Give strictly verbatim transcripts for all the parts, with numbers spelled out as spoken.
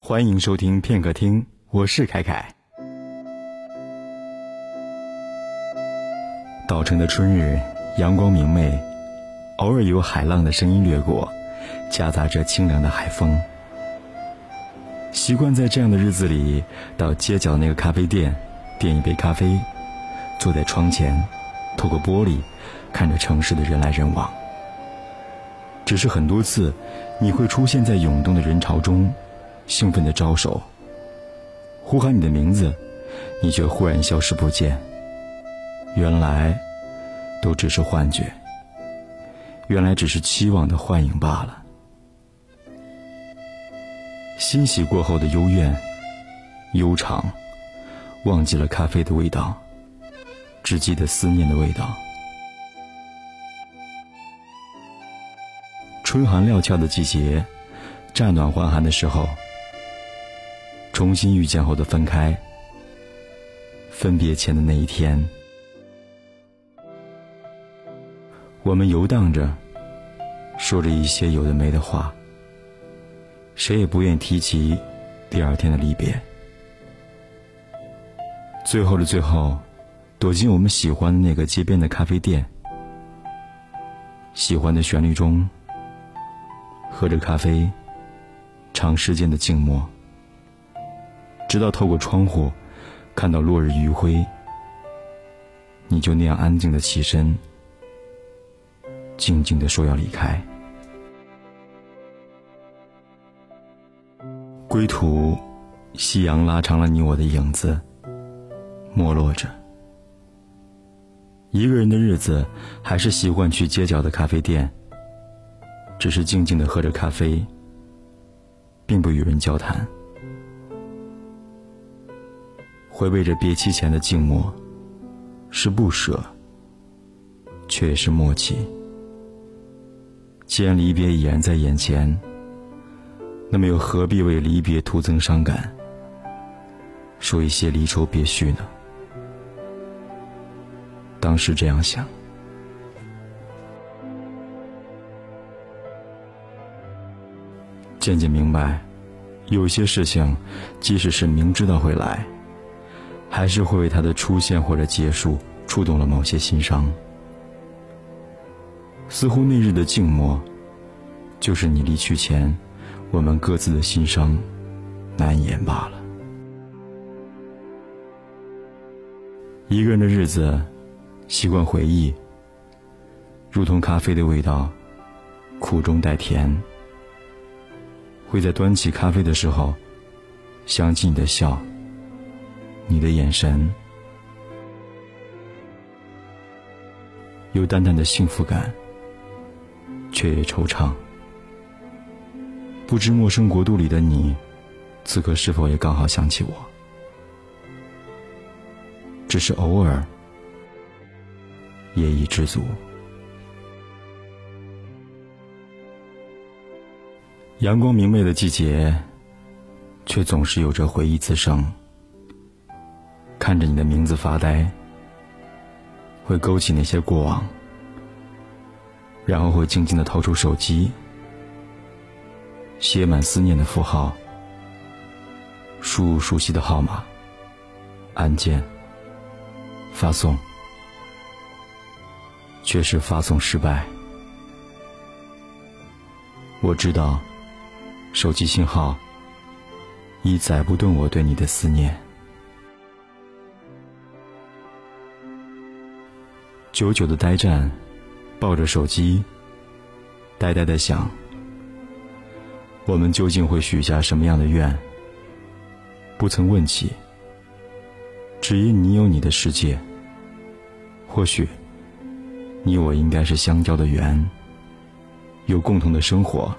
欢迎收听片刻听，我是凯凯。稻城的春日，阳光明媚，偶尔有海浪的声音掠过，夹杂着清凉的海风。习惯在这样的日子里，到街角的那个咖啡店点一杯咖啡，坐在窗前，透过玻璃看着城市的人来人往。只是很多次你会出现在涌动的人潮中，兴奋地招手，呼喊你的名字，你却忽然消失不见。原来都只是幻觉，原来只是期望的幻影罢了。欣喜过后的幽怨悠长，忘记了咖啡的味道，只记得思念的味道。春寒料峭的季节，乍暖还寒的时候，重新遇见后的分开，分别前的那一天，我们游荡着，说着一些有的没的话，谁也不愿提起第二天的离别。最后的最后，躲进我们喜欢的那个街边的咖啡店，喜欢的旋律中，喝着咖啡，长时间的静默，直到透过窗户看到落日余晖，你就那样安静的起身，静静地说要离开。归途，夕阳拉长了你我的影子，没落着。一个人的日子，还是习惯去街角的咖啡店，只是静静地喝着咖啡，并不与人交谈。回味着别期前的静默，是不舍，却也是默契。既然离别已然在眼前，那么又何必为离别徒增伤感，说一些离愁别绪呢？当时这样想。渐渐明白，有些事情即使是明知道会来，还是会为它的出现或者结束触动了某些心伤。似乎那日的静默，就是你离去前我们各自的心伤难言罢了。一个人的日子，习惯回忆，如同咖啡的味道，苦中带甜。会在端起咖啡的时候，想起你的笑，你的眼神，有淡淡的幸福感，却也惆怅。不知陌生国度里的你，此刻是否也刚好想起我？只是偶尔，也已知足。阳光明媚的季节，却总是有着回忆滋生。看着你的名字发呆，会勾起那些过往，然后会静静地掏出手机，写满思念的符号，输入熟悉的号码，按键发送，却是发送失败。我知道手机信号已载不动我对你的思念。久久的呆站，抱着手机，呆呆地想，我们究竟会许下什么样的愿？不曾问起，只因你有你的世界。或许你我应该是相交的缘，有共同的生活，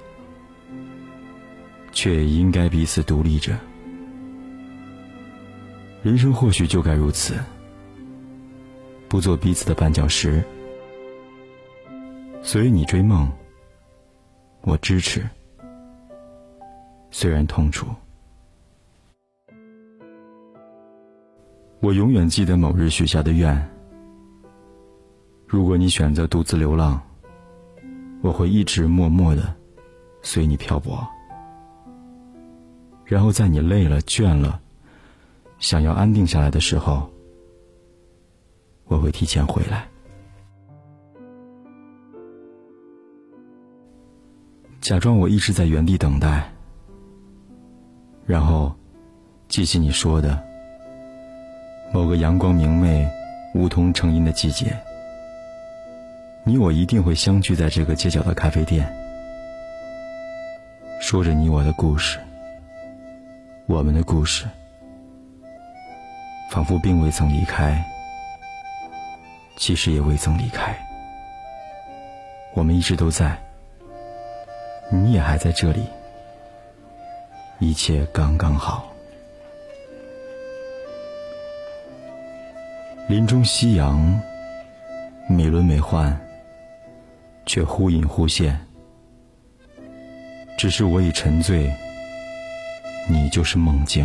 却也应该彼此独立着。人生或许就该如此，不做彼此的绊脚石。所以你追梦，我支持，虽然痛楚。我永远记得某日许下的愿，如果你选择独自流浪，我会一直默默地随你漂泊。 然后在你累了倦了想要安定下来的时候，我会提前回来，假装我一直在原地等待，然后记起你说的某个阳光明媚梧桐成荫的季节，你我一定会相聚在这个街角的咖啡店，说着你我的故事，我们的故事仿佛并未曾离开，其实也未曾离开，我们一直都在，你也还在这里，一切刚刚好。林中夕阳美轮美奂，却忽隐忽现，只是我已沉醉，你就是梦境。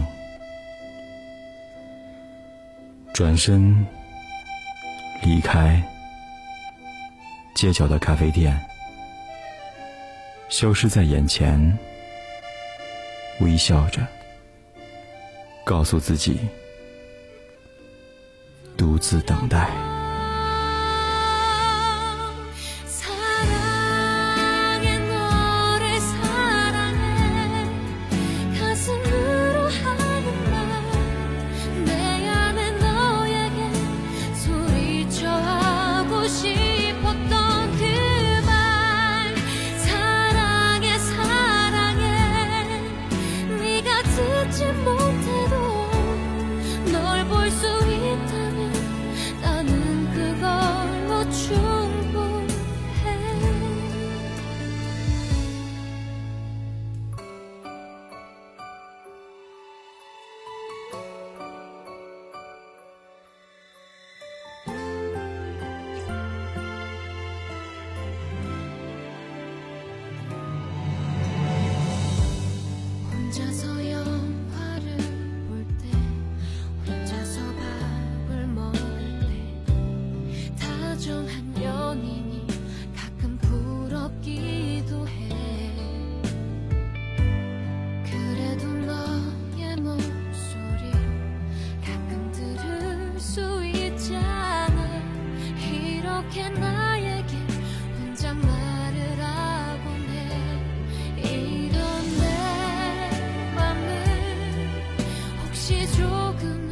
转身离开街角的咖啡店，消失在眼前，微笑着告诉自己独自等待。 조금